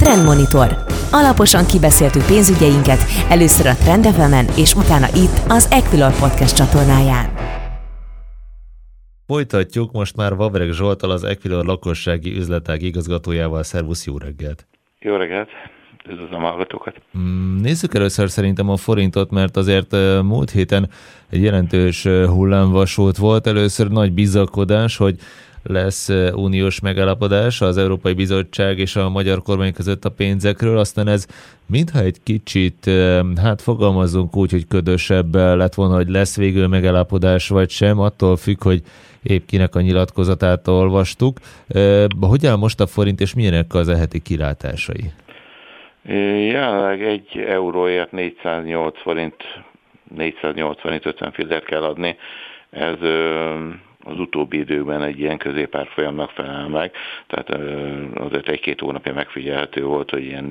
Trendmonitor. Alaposan kibeszéltük pénzügyeinket, először a Trend FM-en, és utána itt az Equilor Podcast csatornáján. Folytatjuk most már Vavreg Zsolttal, az Equilor lakossági üzletág igazgatójával. Szervusz, jó reggelt! Jó reggelt! Üdvözlöm a hallgatókat! Nézzük először szerintem a forintot, mert azért múlt héten egy jelentős hullámvasút volt. Először nagy bizakodás, hogy lesz uniós megállapodás az Európai Bizottság és a magyar kormány között a pénzekről, aztán ez mintha egy kicsit, fogalmazzunk úgy, hogy ködösebb lett volna, hogy lesz végül megállapodás vagy sem, attól függ, hogy épp kinek a nyilatkozatát olvastuk. Hogy áll most a forint, és milyenek az heti kilátásai? Jelenleg 1 euróért 408 forint 50 fillért kell adni. Ez az utóbbi időben egy ilyen középárfolyamnak felel meg, tehát azért 1-2 hónapja megfigyelhető volt, hogy ilyen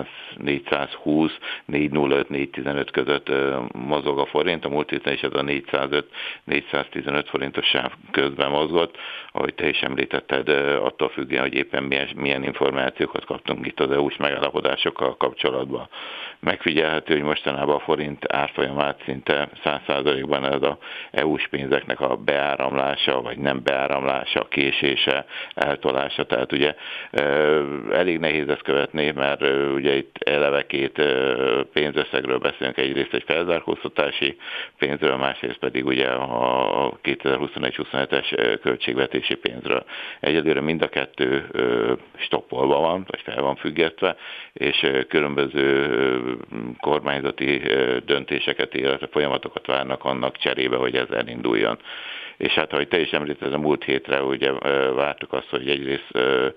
420, 405, 415 között mozog a forint, a múlt héten is ez a 405-415 forintos sáv közben mozgott, ahogy te is említetted, attól függően, hogy éppen milyen információkat kaptunk itt az EU-s megállapodásokkal kapcsolatban. Megfigyelhető, hogy mostanában a forint árfolyamát szinte 100%-ban ez az EU-s pénzeknek a beáramlása, vagy nem beáramlása, késése, eltolása. Tehát ugye elég nehéz ezt követni, mert ugye itt eleve 2 pénzösszegről beszélünk, egyrészt egy felzárkóztatási pénzről, másrészt pedig ugye a 2021-27-es költségvetési pénzről. Egyelőre mind a 2 stoppolva van, vagy fel van függetve, és különböző kormányzati döntéseket, illetve folyamatokat várnak annak cserébe, hogy ez elinduljon. És hát, ahogy te is említetted, a múlt hétre ugye vártuk azt, hogy egyrészt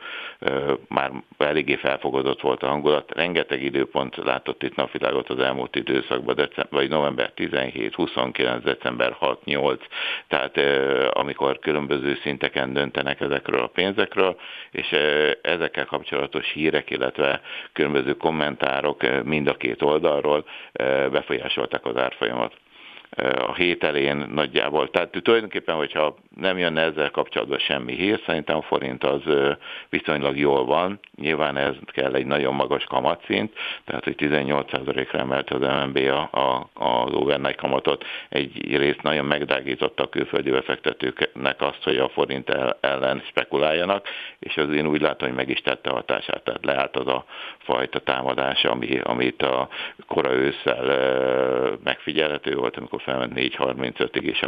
már eléggé felfogadott volt a hangulat, rengeteg időpont látott itt napvilágot az elmúlt időszakban, vagy november 17, 29, december 6, 8, tehát amikor különböző szinteken döntenek ezekről a pénzekről, és ezekkel kapcsolatos hírek, illetve különböző kommentárok mind a 2 oldalról befolyásolták az árfolyamat. A hét elején nagyjából. Tehát tulajdonképpen, hogyha nem jönne ezzel kapcsolatban semmi hír, szerintem a forint az viszonylag jól van. Nyilván ez kell egy nagyon magas kamatszint, tehát hogy 18%-ra emelte az MNB az overnight kamatot. Egyrészt nagyon megdrágította a külföldi befektetőknek azt, hogy a forint ellen spekuláljanak, és az én úgy látom, hogy meg is tette hatását, tehát leállt az a fajta támadás, amit a kora ősszel megfigyelhető volt, amikor felment 4.35-ig is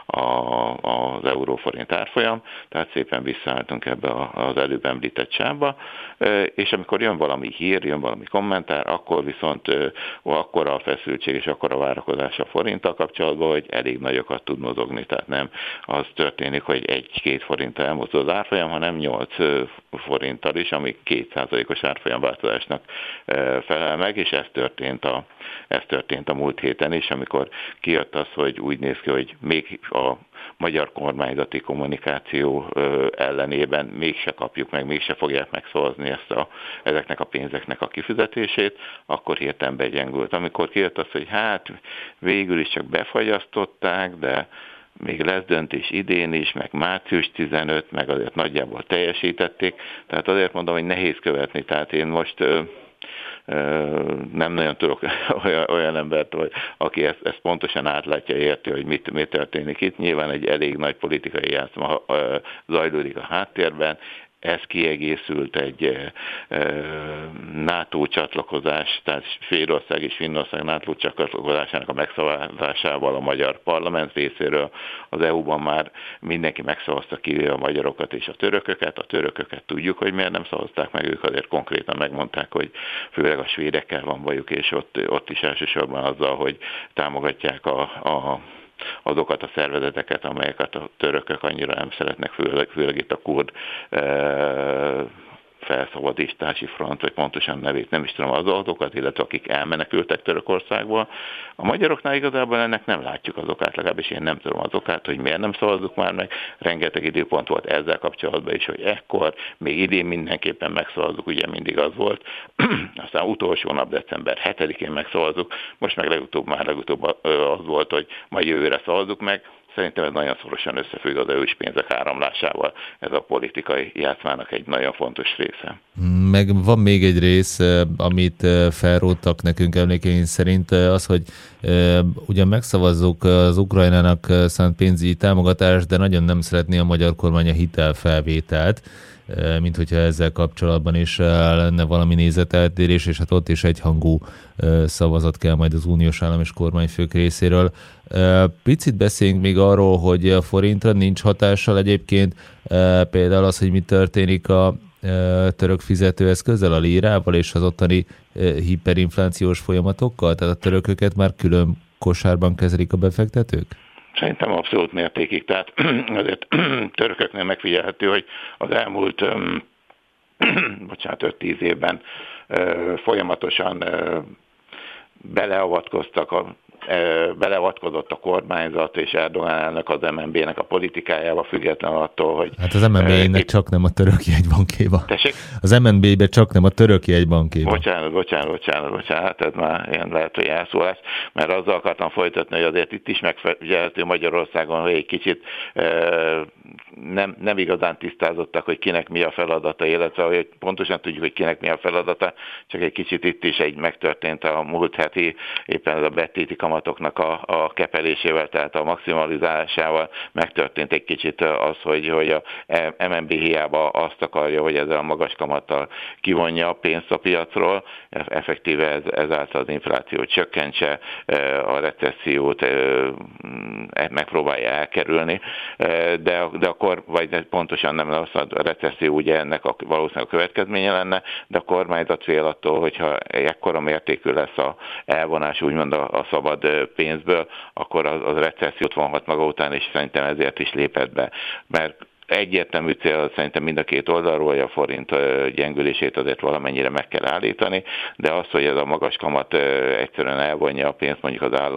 az euróforint árfolyam, tehát szépen visszaálltunk ebbe az előbb említett sávba, és amikor jön valami hír, jön valami kommentár, akkor viszont akkora a feszültség és akkora a várakozás a forinttal kapcsolatban, hogy elég nagyokat tud mozogni, tehát nem az történik, hogy 1-2 forinttal elmozdul az árfolyam, hanem 8 forinttal is, ami 2%-os árfolyamváltozásnak felel meg, és ez történt a múlt héten is, amikor kijött az, hogy úgy néz ki, hogy még a magyar kormányzati kommunikáció ellenében mégse kapjuk meg, mégse fogják megszavazni ezeknek a pénzeknek a kifizetését, akkor hirtelen begyengült. Amikor kijött az, hogy végül is csak befagyasztották, de még lesz döntés idén is, meg március 15, meg azért nagyjából teljesítették, tehát azért mondom, hogy nehéz követni, tehát én most nem nagyon tudok olyan embert, aki ezt pontosan átlátja, érti, hogy mit történik itt. Nyilván egy elég nagy politikai játszma zajlódik a háttérben. Ez kiegészült egy NATO csatlakozás, tehát Svédország és Finnország NATO csatlakozásának a megszavazásával a magyar parlament részéről. Az EU-ban már mindenki megszavazta ki a magyarokat és a törököket tudjuk, hogy miért nem szavazták meg, ők azért konkrétan megmondták, hogy főleg a svédekkel van bajuk, és ott is elsősorban azzal, hogy támogatják azokat a szervezeteket, amelyeket a törökök annyira nem szeretnek, főleg itt a kurd felszabadítási front, vagy pontosan nevét nem is tudom, az azokat, illetve akik elmenekültek Törökországból. A magyaroknál igazából ennek nem látjuk az okát, legalábbis én nem tudom az okát, hogy miért nem szavazzuk már meg. Rengeteg időpont volt ezzel kapcsolatban is, hogy ekkor, még idén mindenképpen megszavazzuk, ugye mindig az volt. Aztán utolsó nap, december 7-én megszavazzuk, most meg legutóbb az volt, hogy majd jövőre szavazzuk meg. Szerintem ez nagyon szorosan összefügg az EU-s pénzek áramlásával. Ez a politikai játszmának egy nagyon fontos része. Meg van még egy rész, amit felróttak nekünk emlékeink szerint, az, hogy ugyan megszavazzuk az Ukrajnának szánt pénzügyi támogatást, de nagyon nem szeretné a magyar kormány a hitelfelvételt, mint hogyha ezzel kapcsolatban is lenne valami nézeteltérés, és hát ott is egyhangú szavazat kell majd az uniós állam és kormányfők részéről. Picit beszéljünk még arról, hogy a forintra nincs hatással egyébként például az, hogy mi történik a török fizetőeszközzel, a lírával és az ottani hiperinflációs folyamatokkal? Tehát a törököket már külön kosárban kezelik a befektetők? Szerintem abszolút mértékig. Tehát azért törököknél megfigyelhető, hogy az elmúlt 5-10 évben folyamatosan beleavatkozott a kormányzat és Erdogan elnök az MNB-nek a politikájába, független attól, hogy... Hát az MNB-nek csak nem a török jegybankéba. Tessék? Az MNB-be csak nem a török jegybankéba. Bocsánat, ez már ilyen lehet, hogy elszólás, mert azzal akartam folytatni, hogy azért itt is megfigyelhető Magyarországon, hogy egy kicsit nem igazán tisztázottak, hogy kinek mi a feladata, illetve hogy pontosan tudjuk, hogy kinek mi a feladata, csak egy kicsit itt is megtörtént a múlt heti, éppen ez a betéti kamatoknak a kepelésével, tehát a maximalizálásával megtörtént egy kicsit az, hogy a MNB hiába azt akarja, hogy ezzel a magas kamattal kivonja a pénzt a piacról, effektíve ezáltal az inflációt csökkentse, a recessziót megpróbálja elkerülni, de akkor, vagy pontosan nem az a recesszió ugye ennek valószínűleg a következménye lenne, de a kormányzat fél attól, hogyha ekkora mértékű lesz a elvonás úgymond a szabad pénzből, akkor az recessziót vonhat maga után, és szerintem ezért is lépett be. Mert egyértelmű cél szerintem mind a két oldalról, hogy a forint gyengülését azért valamennyire meg kell állítani, de az, hogy ez a magas kamat egyszerűen elvonja a pénzt mondjuk az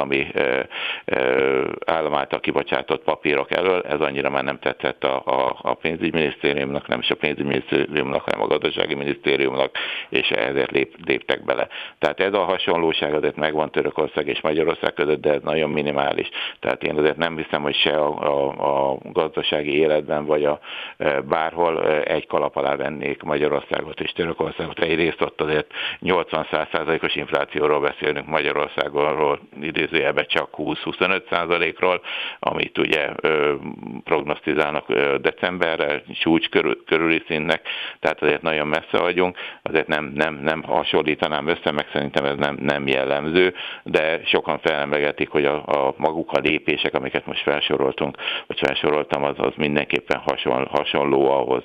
állam által kibocsátott papírok elől, ez annyira már nem tetszett a pénzügyminisztériumnak, nem is a pénzügyminisztériumnak, hanem a gazdasági minisztériumnak, és ezért léptek bele. Tehát ez a hasonlóság azért megvan Törökország és Magyarország között, de ez nagyon minimális. Tehát én azért nem hiszem, hogy se a gazdasági életben, vagy bárhol egy kalap alá vennék Magyarországot és Törökországot. Egyrészt ott azért 80-100%-os inflációról beszélünk, Magyarországról idézőjelben csak 20-25%-ról, amit ugye prognosztizálnak decemberre, csúcs körüli színnek, tehát azért nagyon messze vagyunk, azért nem hasonlítanám össze, meg szerintem ez nem jellemző, de sokan felemlegetik, hogy a maguk a lépések, amiket most felsoroltam, az mindenképpen hasonló ahhoz.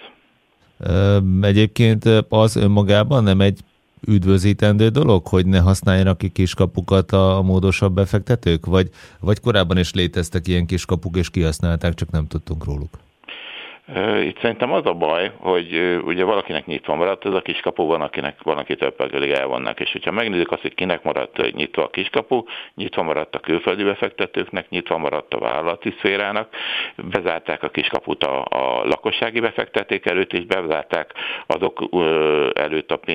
Egyébként az önmagában nem egy üdvözítendő dolog, hogy ne használjanak ki kiskapukat a módosabb befektetők? Vagy korábban is léteztek ilyen kiskapuk, és kihasználták, csak nem tudtunk róluk? Itt szerintem az a baj, hogy ugye valakinek nyitva maradt ez a kiskapu, van, aki több pedig elvannak, és hogyha megnézzük azt, hogy kinek maradt nyitva a kiskapu, nyitva maradt a külföldi befektetőknek, nyitva maradt a vállalati szférának, bezárták a kiskaput a lakossági befektetők előtt, és bezárták azok előtt a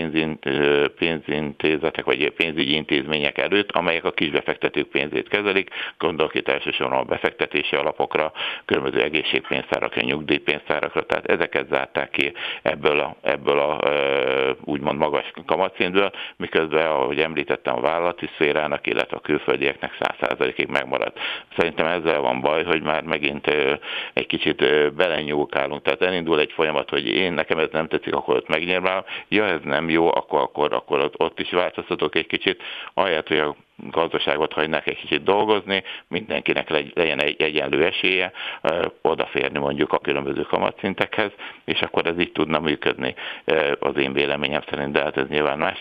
pénzintézetek, vagy pénzügyi intézmények előtt, amelyek a kisbefektetők pénzét kezelik, gondolok itt elsősorban a befektetési alapokra, különböző egészségpénztárakra, nyugdíjpénztárakra, tehát ezeket zárták ki ebből a úgymond magas kamatszintből, miközben, ahogy említettem, a vállalati szférának, illetve a külföldieknek 100%-ig megmaradt. Szerintem ezzel van baj, hogy már megint egy kicsit belenyúlkálunk, tehát elindul egy folyamat, hogy nekem ez nem tetszik, akkor ott megnyilvánulom, ez nem jó, akkor ott is változtatok egy kicsit, ahelyett, hogy a gazdaságot hagynák egy kicsit dolgozni, mindenkinek legyen egy egyenlő esélye odaférni mondjuk a különböző kamatszintekhez, és akkor ez így tudna működni az én véleményem szerint, de hát ez nyilván más.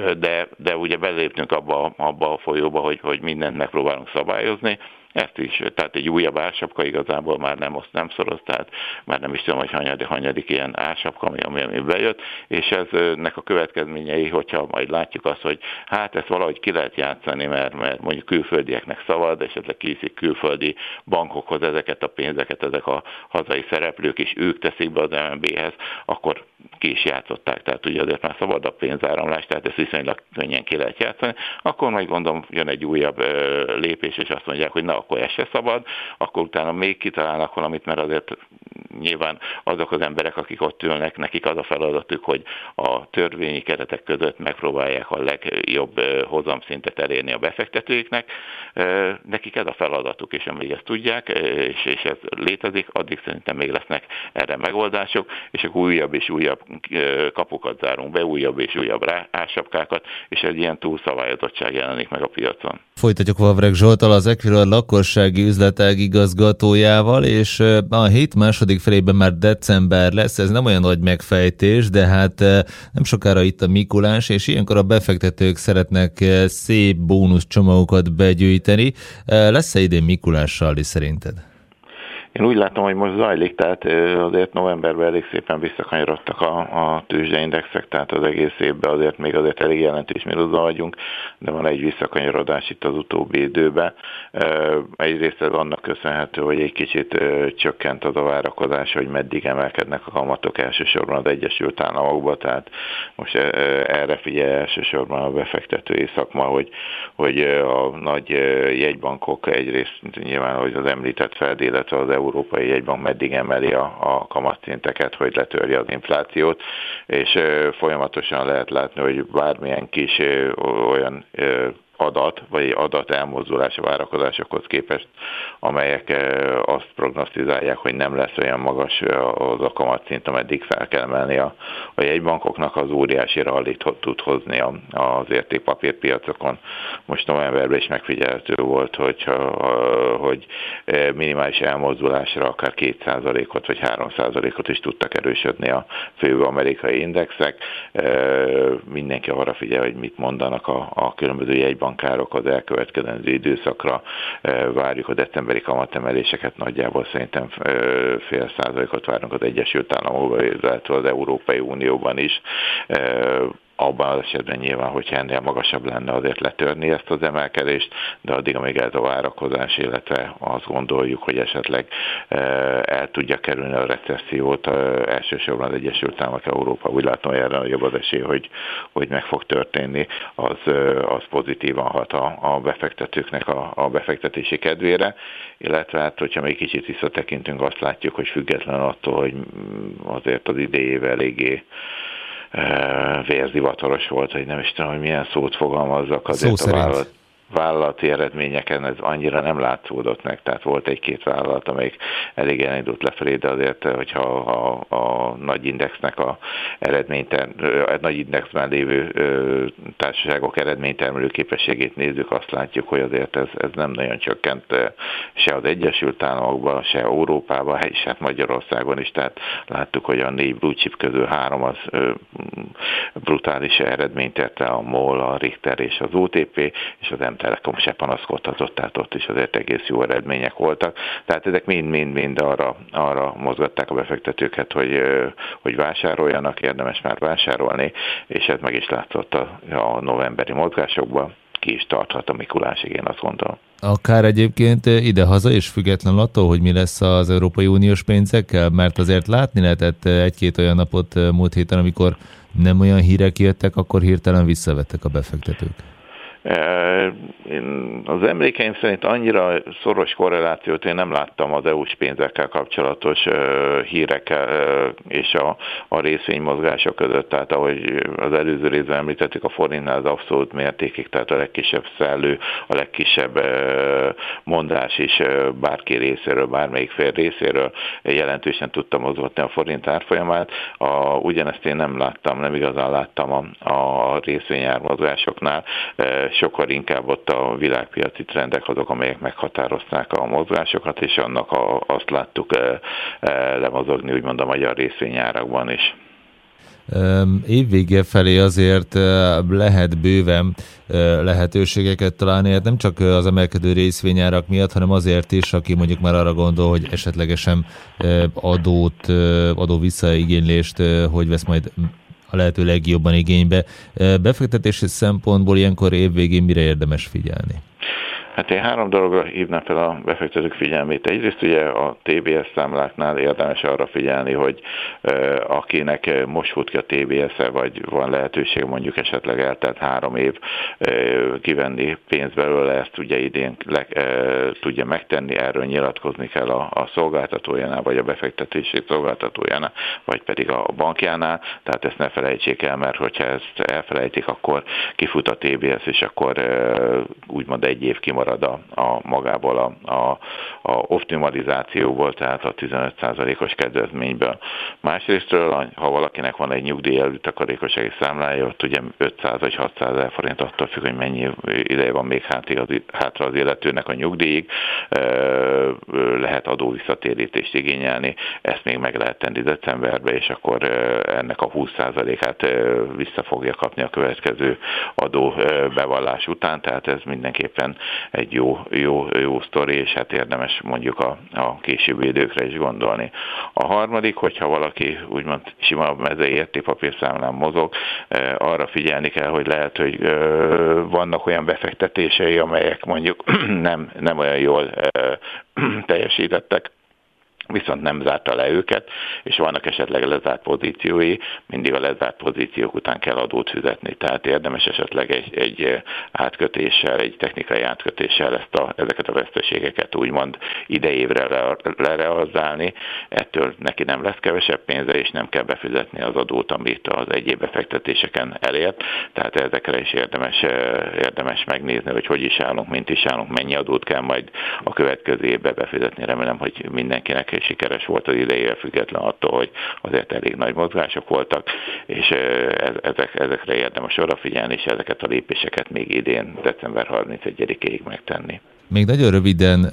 De ugye beléptünk abba a folyóba, hogy mindent megpróbálunk szabályozni, ezt is, tehát egy újabb ársapka igazából már nem szoroz, tehát már nem is tudom, hogy hanyadik ilyen ársapka, ami bejött, és eznek a következményei, hogyha majd látjuk azt, hogy hát ezt valahogy ki lehet játszani, mert mondjuk külföldieknek szabad, esetleg kiviszik külföldi bankokhoz ezeket a pénzeket, ezek a hazai szereplők, és ők teszik be az MNB-hez, akkor ki is játszották, tehát ugye azért már szabad a pénzáramlás, tehát ezt viszonylag könnyen ki lehet játszani, akkor majd gondolom jön egy újabb lépés, és azt mondják, hogy na akkor ez se szabad, akkor utána még kitalálnak valamit, mert azért nyilván azok az emberek, akik ott ülnek, nekik az a feladatuk, hogy a törvényi keretek között megpróbálják a legjobb hozamszintet elérni a befektetőiknek. Nekik ez a feladatuk, és amíg ezt tudják, és ez létezik, addig szerintem még lesznek erre megoldások, és akkor újabb és újabb kapukat zárunk be, újabb és újabb ársapkákat, és egy ilyen túlszabályozottság jelenik meg a piacon. Folytatjuk Vavreg Zsolttal, az Equilor lakossági üzletág igazgatójával, és a hét második felében már december lesz, ez nem olyan nagy megfejtés, de hát nem sokára itt a Mikulás, és ilyenkor a befektetők szeretnek szép bónuszcsomagokat begyűjteni. Lesz-e idén Mikulással is szerinted? Én úgy látom, hogy most zajlik, tehát azért novemberben elég szépen visszakanyarodtak a tőzsdeindexek, tehát az egész évben azért elég jelentős mínuszban vagyunk, de van egy visszakanyarodás itt az utóbbi időben. Egyrészt ez annak köszönhető, hogy egy kicsit csökkent az a várakozás, hogy meddig emelkednek a kamatok elsősorban az Egyesült Államokban, tehát most erre figyel elsősorban a befektetői szakma, hogy a nagy jegybankok egyrészt nyilván, ahogy az említett Fed, illetve az Európai Jegybank meddig emeli a kamatszinteket, hogy letörje az inflációt, és folyamatosan lehet látni, hogy bármilyen kis olyan adat, vagy adat elmozdulás a várakozásokhoz képest, amelyek azt prognosztizálják, hogy nem lesz olyan magas az a kamatszint, ameddig fel kell emelni a jegybankoknak, az óriási rallit tud hozni az értékpapírpiacokon. Most novemberben is megfigyelhető volt, hogy minimális elmozdulásra akár 2%-ot vagy 3%-ot is tudtak erősödni a fő amerikai indexek. Mindenki arra figyel, hogy mit mondanak a különböző jegybankárok az elkövetkezendő időszakra. Várjuk a decemberi kamatemeléseket, nagyjából szerintem 0,5%-ot várunk az Egyesült Államokban, illetve az Európai Unióban is. Abban az esetben nyilván, hogyha ennél magasabb lenne, azért letörni ezt az emelkedést, de addig, amíg ez a várakozás, illetve azt gondoljuk, hogy esetleg el tudja kerülni a recessziót, elsősorban az Egyesült Államok, Európa, úgy látom, hogy erre nagyobb az esély, hogy meg fog történni, az pozitívan hat a befektetőknek a befektetési kedvére, illetve hát, hogyha még kicsit visszatekintünk, azt látjuk, hogy független attól, hogy azért az idejével eléggé vérzivataros volt, hogy nem is tudom, hogy milyen szót fogalmazzak, azért a vállalati eredményeken ez annyira nem látszódott meg, tehát volt egy-két vállalat, amelyik elég elindult lefelé, de azért, hogyha a nagy indexnek a nagy indexben lévő társaságok eredménytermelő képességét nézzük, azt látjuk, hogy azért ez nem nagyon csökkent se az Egyesült Államokban, se Európában, és hát Magyarországon is, tehát láttuk, hogy a 4 blue chip közül 3 az brutális eredményt érte, a MOL, a Richter és az OTP, és az Telekom se panaszkodhatott, tehát ott is azért egész jó eredmények voltak. Tehát ezek mind arra mozgatták a befektetőket, hogy vásároljanak, érdemes már vásárolni, és ez meg is látszott a novemberi mozgásokban, ki is tarthat a Mikulásig, én azt gondolom. Akár egyébként ide-haza is független attól, hogy mi lesz az Európai Uniós pénzekkel, mert azért látni lehetett egy-két olyan napot múlt héten, amikor nem olyan hírek jöttek, akkor hirtelen visszavettek a befektetők. Az emlékeim szerint annyira szoros korrelációt én nem láttam az EU-s pénzekkel kapcsolatos hírekkel és a részvénymozgások között. Tehát ahogy az előző részben említettük, a forintnál az abszolút mértékig, tehát a legkisebb szellő, a legkisebb mondás is bárki részéről, bármelyik fél részéről jelentősen tudta mozgatni a forint árfolyamát. Ugyanezt én nem igazán láttam a részvényármozgásoknál. Sokkal inkább ott a világpiaci trendek azok, amelyek meghatározták a mozgásokat, és annak azt láttuk lemozogni, úgymond a magyar részvényárakban is. Évvége felé azért lehet bőven lehetőségeket találni, hát nem csak az emelkedő részvényárak miatt, hanem azért is, aki mondjuk már arra gondol, hogy esetlegesen adó visszaigénylést, hogy vesz majd a lehető legjobban igénybe. Befektetési szempontból ilyenkor évvégén mire érdemes figyelni? Hát én 3 dologra hívnám fel a befektetők figyelmét. Egyrészt ugye a TBS számláknál érdemes arra figyelni, hogy akinek most fut ki a TBS-e, vagy van lehetőség mondjuk esetleg eltelt 3 év kivenni pénzt belőle, ezt ugye idén tudja megtenni, erről nyilatkozni kell a szolgáltatójánál, vagy a befektetési szolgáltatójánál, vagy pedig a bankjánál, tehát ezt ne felejtsék el, mert hogyha ezt elfelejtik, akkor kifut a TBS, és akkor úgymond 1 év kimarad a magából a optimalizációból, tehát a 15%-os kedvezményből. Másrésztről, ha valakinek van egy nyugdíj előtakarékossági számlája, ott ugye 500 vagy 600 ezer forint, attól függ, hogy mennyi ideje van még hátra az illetőnek a nyugdíjig, lehet adóvisszatérítést igényelni, ezt még meg lehet tenni decemberben, és akkor ennek a 20%-át vissza fogja kapni a következő adóbevallás után, tehát ez mindenképpen egy jó sztori, és hát érdemes mondjuk a későbbi időkre is gondolni. A harmadik, hogyha valaki úgymond sima mezei értékpapírszámlán mozog, arra figyelni kell, hogy lehet, hogy vannak olyan befektetései, amelyek mondjuk nem olyan jól teljesítettek, viszont nem zárta le őket, és vannak esetleg lezárt pozíciói, mindig a lezárt pozíciók után kell adót fizetni, tehát érdemes esetleg egy átkötéssel, egy technikai átkötéssel ezeket a veszteségeket úgymond idejévre lerealizálni, ettől neki nem lesz kevesebb pénze, és nem kell befizetni az adót, amit az egyéb befektetéseken elért, tehát ezekre is érdemes megnézni, hogy is állunk, mint is állunk, mennyi adót kell majd a következő évben befizetni, remélem, hogy mindenkinek sikeres volt az idejével, független attól, hogy azért elég nagy mozgások voltak, és ezekre érdemes odafigyelni, és ezeket a lépéseket még idén, december 31-ig megtenni. Még nagyon röviden,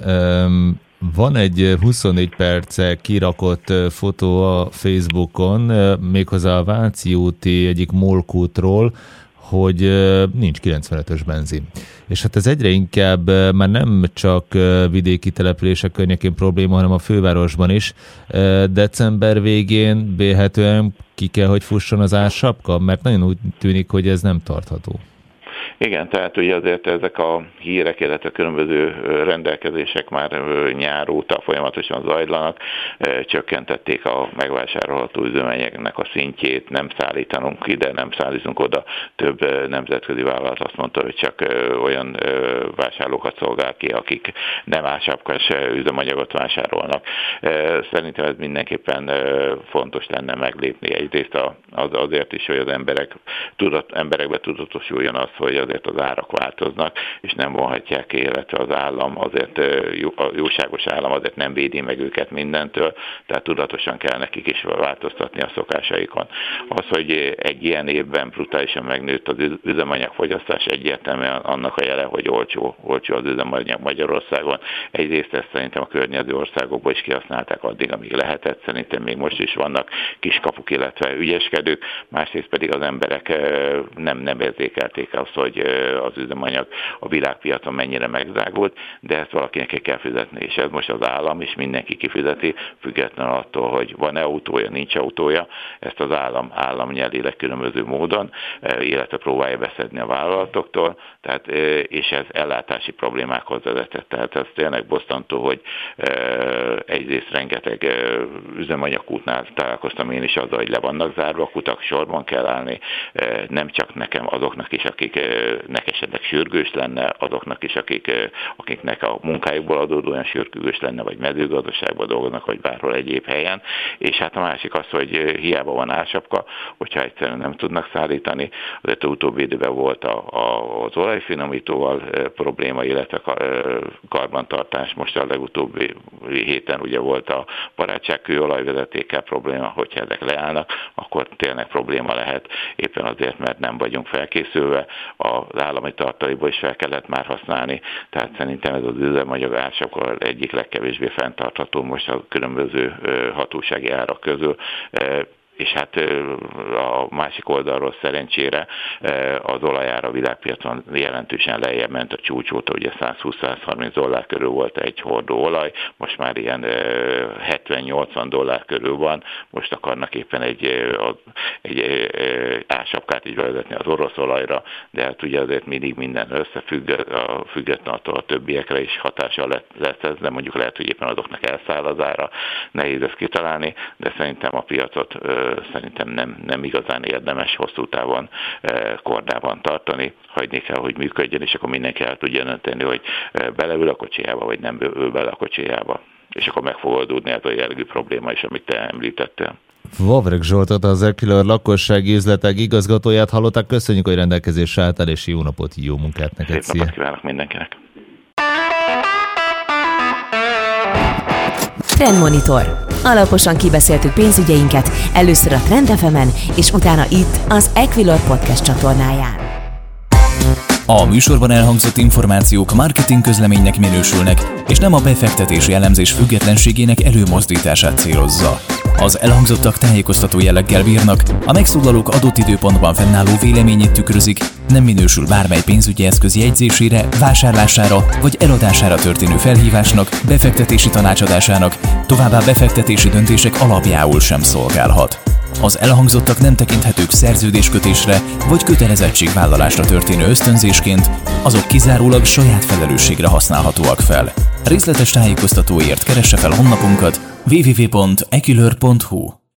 van egy 24 perce kirakott fotó a Facebookon, méghozzá a Váci úti egyik molkútról, hogy nincs 95-ös benzin. És hát ez egyre inkább már nem csak vidéki települések környékén probléma, hanem a fővárosban is. December végén vélhetően ki kell, hogy fusson az ársapka, mert nagyon úgy tűnik, hogy ez nem tartható. Igen, tehát ugye azért ezek a hírek, illetve különböző rendelkezések már nyár óta folyamatosan zajlanak, csökkentették a megvásárolható üzemanyagnak a szintjét, nem szállítanunk ide, nem szállítunk oda. Több nemzetközi vállalat azt mondta, hogy csak olyan vásárlókat szolgál ki, akik nem ársapkás üzemanyagot vásárolnak. Szerintem ez mindenképpen fontos lenne meglépni. Egyrészt azért is, hogy az emberekbe tudatosuljon az, hogy azért az árak változnak, és nem vonhatják ki, illetve az állam azért, a jóságos állam azért nem védi meg őket mindentől, tehát tudatosan kell nekik is változtatni a szokásaikon. Az, hogy egy ilyen évben brutálisan megnőtt az üzemanyagfogyasztás, egyértelműen annak a jele, hogy olcsó az üzemanyag Magyarországon. Egyrészt ezt szerintem a környező országokban is kihasználták addig, amíg lehetett, szerintem még most is vannak kiskapuk, illetve ügyeskedők, másrészt pedig az emberek nem érzékelték azt, hogy az üzemanyag a világpiacon mennyire megdrágult, de ezt valakinek kell fizetni, és ez most az állam, és mindenki kifizeti, függetlenül attól, hogy van-e autója, nincs autója, ezt az állam nyeli le különböző módon, illetve próbálja beszedni a vállalatoktól, tehát, és ez ellátási problémákhoz vezetett. Tehát ez tényleg bosszantó, hogy egyrészt rengeteg üzemanyagkútnál találkoztam én is azzal, hogy le vannak zárva a kutak, sorban kell állni, nem csak nekem, azoknak is, akiknek esetleg sürgős lenne, azoknak is, akiknek a munkájukból adódóan sürgős lenne, vagy mezőgazdaságban dolgoznak, vagy bárhol egyéb helyen. És hát a másik az, hogy hiába van ársapka, hogyha egyszerűen nem tudnak szállítani. Azért a utóbbi időben volt az olajfinomítóval probléma, illetve karbantartás. Most a legutóbbi héten ugye volt a barátságkő olajvezetékkel probléma, hogyha ezek leállnak, akkor tényleg probléma lehet, éppen azért, mert nem vagyunk felkészülve, az állami tartalékból is fel kellett már használni, tehát szerintem ez az üzemanyag ársapka egyik legkevésbé fenntartható most a különböző hatósági árak közül. és hát a másik oldalról szerencsére az olajára a világpiacon jelentősen lejjebb ment a csúcs óta, ugye $120-130 körül volt egy hordó olaj, most már ilyen $70-80 körül van, most akarnak éppen egy ársapkát így vezetni az orosz olajra, de hát ugye azért mindig minden összefügg, független attól a többiekre is hatása lesz ez, de mondjuk lehet, hogy éppen azoknak elszáll az ára, nehéz ezt kitalálni, de szerintem a piacot szerintem nem igazán érdemes hosszú távon kordában tartani, hagyni kell, hogy működjön, és akkor mindenki el tudja dönteni, hogy beleül a kocsijába, vagy nem ül bele a kocsijába. És akkor meg fog oldódni ez a jellegű probléma is, amit te említettél. Vavreg Zsoltot, az Equilor lakossági üzletek igazgatóját hallották. Köszönjük, hogy rendelkezésre álltál, és jó napot, jó munkát neked. Szép napot kívánok mindenkinek! Trendmonitor. Alaposan kibeszéltük pénzügyeinket, először a Trend FM-en, és utána itt az Equilor Podcast csatornáján. A műsorban elhangzott információk marketing közleménynek minősülnek, és nem a befektetési elemzés függetlenségének előmozdítását célozza. Az elhangzottak tájékoztató jelleggel bírnak, a megszólalók adott időpontban fennálló véleményét tükrözik, nem minősül bármely pénzügyi eszköz jegyzésére, vásárlására vagy eladására történő felhívásnak, befektetési tanácsadásának, továbbá befektetési döntések alapjául sem szolgálhat. Az elhangzottak nem tekinthetők szerződéskötésre vagy kötelezettségvállalásra történő ösztönzésként, azok kizárólag saját felelősségre használhatóak fel. Részletes tájékoztatóért keresse fel honlapunkat www.equilor.hu.